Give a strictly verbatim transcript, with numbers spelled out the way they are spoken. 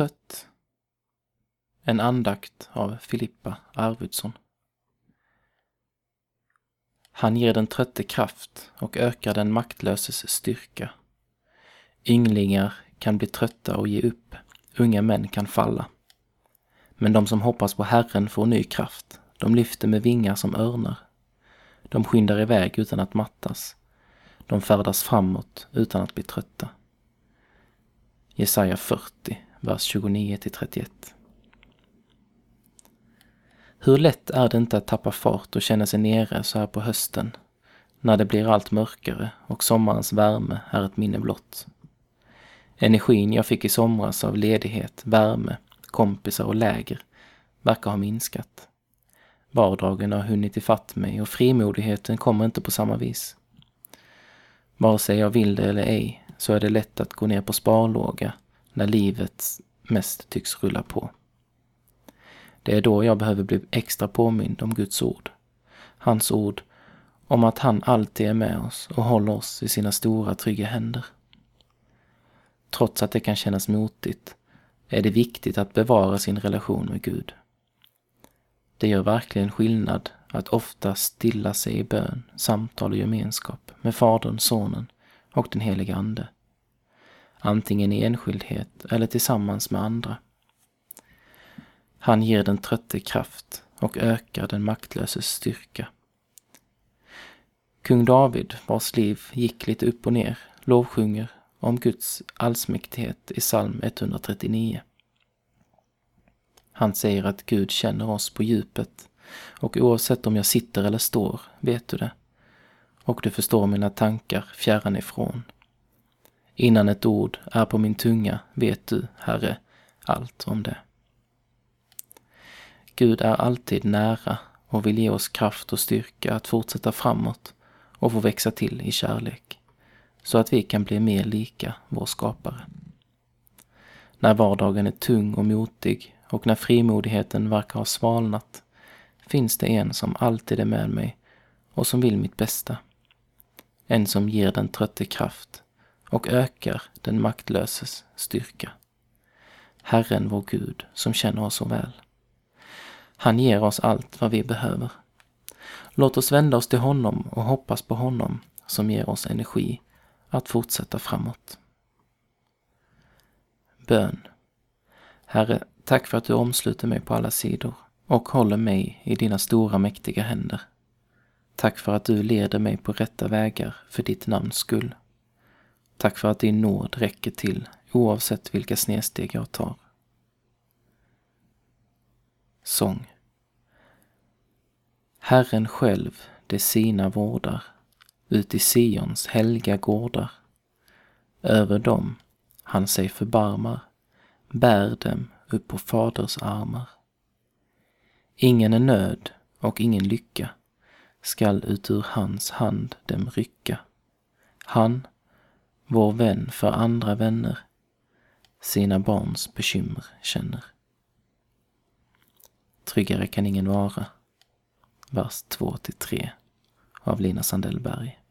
trött? En andakt av Filippa Arvidsson. Han ger den trötte kraft och ökar den maktlöses styrka. Ynglingar kan bli trötta och ge upp, unga män kan falla. Men de som hoppas på Herren får ny kraft, de lyfter med vingar som örnar. De skyndar iväg utan att mattas, de färdas framåt utan att bli trötta. Jesaja fyrtio, vers tjugonio till trettioett. Hur lätt är det inte att tappa fart och känna sig nere så här på hösten, när det blir allt mörkare och sommarens värme är ett minne blott. Energin jag fick i somras av ledighet, värme, kompisar och läger verkar ha minskat. Vardagen har hunnit ifatt mig och frimodigheten kommer inte på samma vis. Vare sig jag vill det eller ej så är det lätt att gå ner på sparlåga när livet mest tycks rulla på. Det är då jag behöver bli extra påmind om Guds ord. Hans ord om att han alltid är med oss och håller oss i sina stora trygga händer. Trots att det kan kännas motigt är det viktigt att bevara sin relation med Gud. Det gör verkligen skillnad att ofta stilla sig i bön, samtal och gemenskap med Fadern, Sonen och den heliga Ande. Antingen i enskildhet eller tillsammans med andra. Han ger den trötte kraft och ökar den maktlöses styrka. Kung David, vars liv gick lite upp och ner, lovsjunger om Guds allsmäktighet i psalm etthundratrettionio. Han säger att Gud känner oss på djupet och oavsett om jag sitter eller står vet du det. Och du förstår mina tankar fjärran ifrån. Innan ett ord är på min tunga vet du, Herre, allt om det. Gud är alltid nära och vill ge oss kraft och styrka att fortsätta framåt och få växa till i kärlek, så att vi kan bli mer lika vår skapare. När vardagen är tung och motig och när frimodigheten verkar ha svalnat, finns det en som alltid är med mig och som vill mitt bästa. En som ger den trötte kraft och ökar den maktlöses styrka. Herren vår Gud som känner oss så väl. Han ger oss allt vad vi behöver. Låt oss vända oss till honom och hoppas på honom som ger oss energi att fortsätta framåt. Bön. Herre, tack för att du omsluter mig på alla sidor och håller mig i dina stora mäktiga händer. Tack för att du leder mig på rätta vägar för ditt namns skull. Tack för att din nåd räcker till oavsett vilka snedsteg jag tar. Sång. Herren själv det sina vårdar, ut i Sions helga gårdar. Över dem han sig förbarmar, bär dem upp på faders armar. Ingen är nöd och ingen lycka, skall ut ur hans hand dem rycka. Han, vår vän för andra vänner, sina barns bekymmer känner. Tryggare kan ingen vara. Vers två till tre av Lina Sandellberg.